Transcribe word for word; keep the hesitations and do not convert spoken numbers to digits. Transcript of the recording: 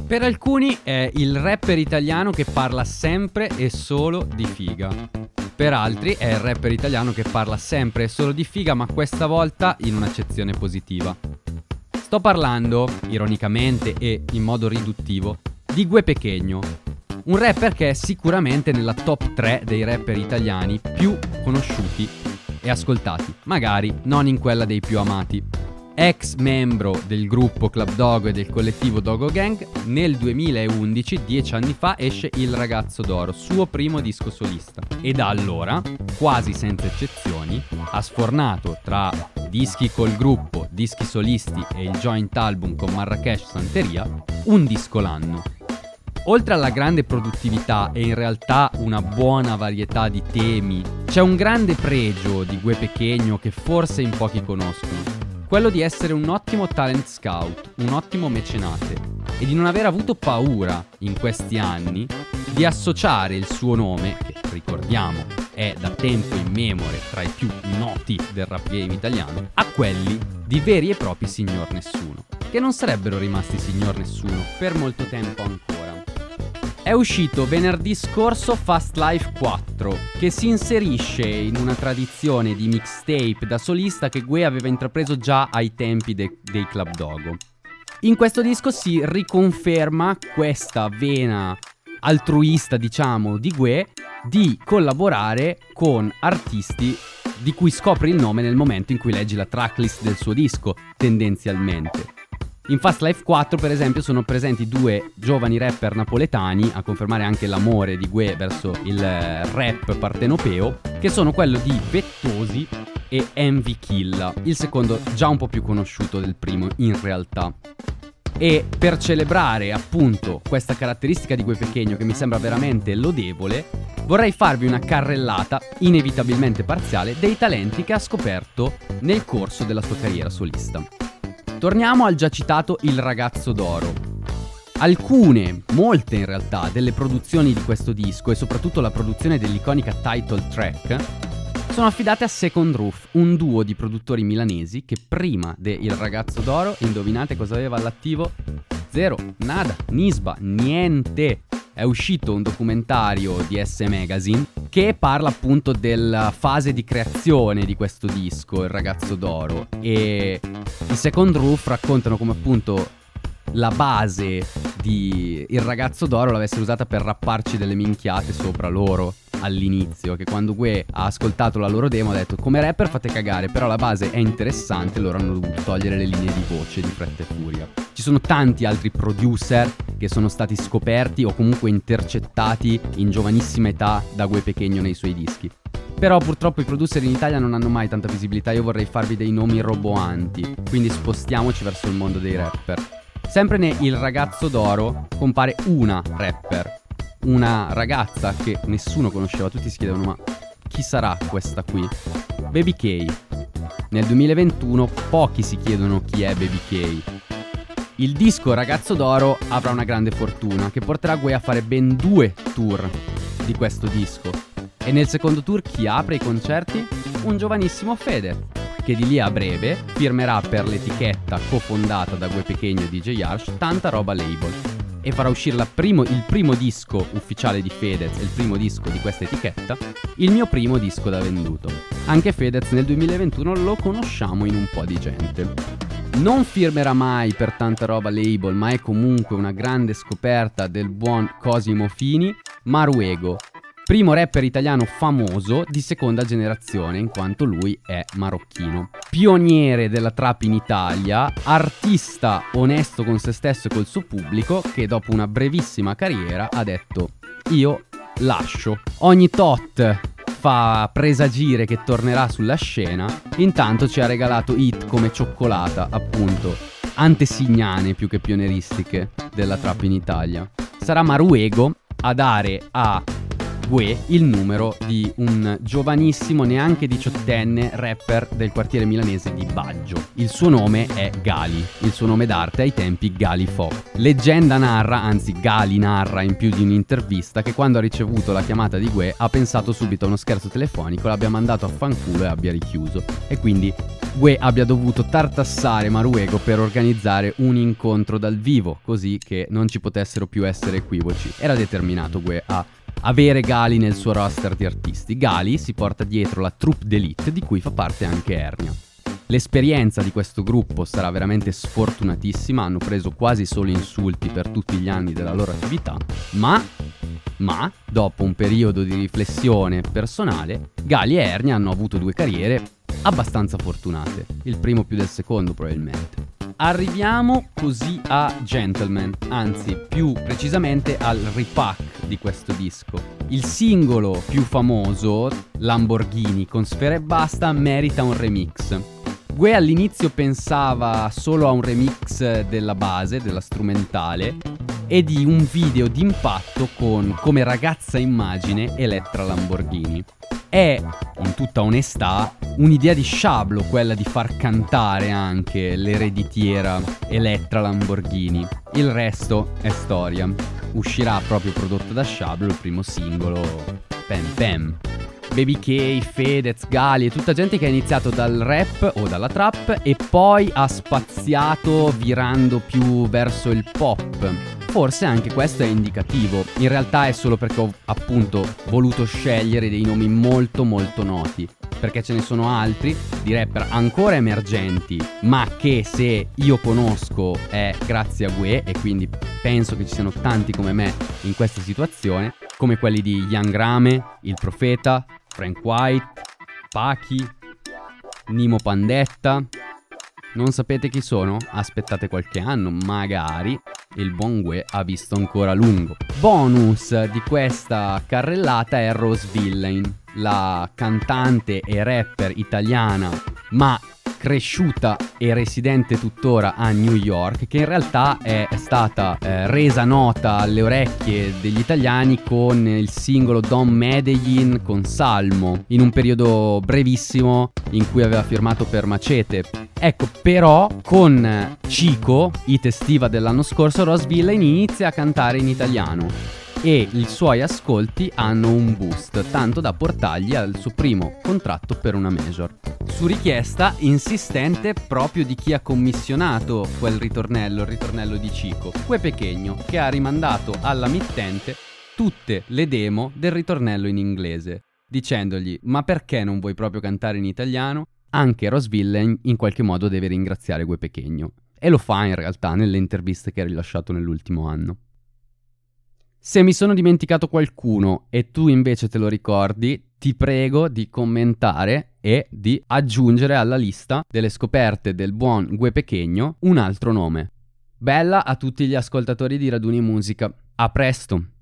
Per alcuni è il rapper italiano che parla sempre e solo di figa. Per altri è il rapper italiano che parla sempre e solo di figa, ma questa volta in un'accezione positiva. Sto parlando, ironicamente e in modo riduttivo, di Gue Pequeno, un rapper che è sicuramente nella top tre dei rapper italiani più conosciuti e ascoltati, magari non in quella dei più amati. Ex membro del gruppo Club Dogo e del collettivo Dogo Gang, nel duemilaundici, dieci anni fa, esce Il Ragazzo d'Oro, suo primo disco solista. E da allora, quasi senza eccezioni, ha sfornato tra dischi col gruppo, dischi solisti e il joint album con Marrakesh Santeria, un disco l'anno. Oltre alla grande produttività e in realtà una buona varietà di temi, c'è un grande pregio di Gue Pequeno che forse in pochi conoscono. Quello di essere un ottimo talent scout, un ottimo mecenate e di non aver avuto paura in questi anni di associare il suo nome, che ricordiamo è da tempo immemore tra i più noti del rap game italiano, a quelli di veri e propri signor nessuno, che non sarebbero rimasti signor nessuno per molto tempo ancora. È uscito venerdì scorso Fast Life quattro, che si inserisce in una tradizione di mixtape da solista che Gue aveva intrapreso già ai tempi de- dei Club Dogo. In questo disco si riconferma questa vena altruista, diciamo, di Gue di collaborare con artisti di cui scopri il nome nel momento in cui leggi la tracklist del suo disco, tendenzialmente. In Fast Life quattro, per esempio, sono presenti due giovani rapper napoletani, a confermare anche l'amore di Gue verso il rap partenopeo, che sono quello di Vettosi e M V Killa, il secondo già un po' più conosciuto del primo in realtà. E per celebrare appunto questa caratteristica di Gue Pequeno, che mi sembra veramente lodevole, vorrei farvi una carrellata, inevitabilmente parziale, dei talenti che ha scoperto nel corso della sua carriera solista. Torniamo al già citato Il Ragazzo d'Oro. Alcune, molte in realtà, delle produzioni di questo disco e soprattutto la produzione dell'iconica title track sono affidate a Second Roof, un duo di produttori milanesi che prima de Il Ragazzo d'Oro, indovinate cosa aveva all'attivo? Zero, nada, nisba, niente. È uscito un documentario di S Magazine che parla appunto della fase di creazione di questo disco, Il Ragazzo d'Oro, e i Second Roof raccontano come appunto la base di Il Ragazzo d'Oro l'avessero usata per rapparci delle minchiate sopra loro all'inizio, che quando Gue ha ascoltato la loro demo ha detto: come rapper fate cagare, però la base è interessante, loro hanno dovuto togliere le linee di voce di fretta e furia. Ci sono tanti altri producer che sono stati scoperti o comunque intercettati in giovanissima età da Gue Pequeno nei suoi dischi. Però purtroppo i producer in Italia non hanno mai tanta visibilità. Io vorrei farvi dei nomi roboanti, quindi spostiamoci verso il mondo dei rapper. Sempre ne Il Ragazzo d'Oro compare una rapper, una ragazza che nessuno conosceva, tutti si chiedevano ma chi sarà questa qui? Baby K. Nel duemilaventuno pochi si chiedono chi è Baby K. Il disco Ragazzo d'Oro avrà una grande fortuna che porterà Gue a fare ben due tour di questo disco. E nel secondo tour chi apre i concerti? Un giovanissimo Fedez, che di lì a breve firmerà per l'etichetta cofondata da Gue Pequeno e D J Arsh, Tanta Roba Label, e farà uscire la primo, il primo disco ufficiale di Fedez e il primo disco di questa etichetta, il mio primo disco da venduto. Anche Fedez nel duemilaventuno lo conosciamo in un po' di gente. Non firmerà mai per Tanta Roba Label, ma è comunque una grande scoperta del buon Cosimo Fini, Maruego, primo rapper italiano famoso di seconda generazione, in quanto lui è marocchino. Pioniere della trap in Italia, artista onesto con se stesso e col suo pubblico, che dopo una brevissima carriera ha detto: io lascio. Ogni tot fa presagire che tornerà sulla scena. Intanto ci ha regalato hit come Cioccolata, appunto, antesignane più che pionieristiche della trap in Italia. Sarà Maruego a dare a Gue il numero di un giovanissimo, neanche diciottenne rapper del quartiere milanese di Baggio. Il suo nome è Gali, il suo nome d'arte ai tempi Gali Fo. Leggenda narra, anzi Gali narra in più di un'intervista, che quando ha ricevuto la chiamata di Gue ha pensato subito a uno scherzo telefonico, l'abbia mandato a fanculo e abbia richiuso. E quindi Gue abbia dovuto tartassare Maruego per organizzare un incontro dal vivo, così che non ci potessero più essere equivoci. Era determinato Gue a avere Gali nel suo roster di artisti. Gali si porta dietro la troupe d'élite di cui fa parte anche Ernia. L'esperienza di questo gruppo sarà veramente sfortunatissima, hanno preso quasi solo insulti per tutti gli anni della loro attività, ma, ma dopo un periodo di riflessione personale, Gali e Ernia hanno avuto due carriere abbastanza fortunate, il primo più del secondo probabilmente. Arriviamo così a Gentleman, anzi più precisamente al ripack di questo disco. Il singolo più famoso, Lamborghini con Sfera Ebbasta, merita un remix. Gue all'inizio pensava solo a un remix della base, della strumentale, e di un video d'impatto con come ragazza immagine Elettra Lamborghini. È, in tutta onestà, un'idea di Sciablo quella di far cantare anche l'ereditiera Elettra Lamborghini. Il resto è storia. Uscirà proprio prodotto da Sciablo il primo singolo, Pem Pem. Baby K, Fedez, Gali e tutta gente che ha iniziato dal rap o dalla trap e poi ha spaziato virando più verso il pop. Forse anche questo è indicativo, in realtà è solo perché ho appunto voluto scegliere dei nomi molto molto noti, perché ce ne sono altri di rapper ancora emergenti, ma che se io conosco è grazie a Gue, e quindi penso che ci siano tanti come me in questa situazione, come quelli di Young Rame, Il Profeta, Frank White, Pachi, Nimo Pandetta. Non sapete chi sono? Aspettate qualche anno, magari il buon Gue ha visto ancora lungo. Bonus di questa carrellata è Rose Villain, la cantante e rapper italiana, ma cresciuta e residente tuttora a New York, che in realtà è stata eh, resa nota alle orecchie degli italiani con il singolo Don Medellin con Salmo, in un periodo brevissimo in cui aveva firmato per Macete. Ecco, però con Chico, hit estiva dell'anno scorso, Rose Villain inizia a cantare in italiano e i suoi ascolti hanno un boost, tanto da portargli al suo primo contratto per una major. Su richiesta insistente proprio di chi ha commissionato quel ritornello, il ritornello di Chico, Gue Pequeno, che ha rimandato alla mittente tutte le demo del ritornello in inglese, dicendogli: ma perché non vuoi proprio cantare in italiano? Anche Rose Villain in qualche modo deve ringraziare Gue Pequeno, e lo fa in realtà nelle interviste che ha rilasciato nell'ultimo anno. Se mi sono dimenticato qualcuno e tu invece te lo ricordi, ti prego di commentare e di aggiungere alla lista delle scoperte del buon Gue Pequeno un altro nome. Bella a tutti gli ascoltatori di Raduni Musica. A presto!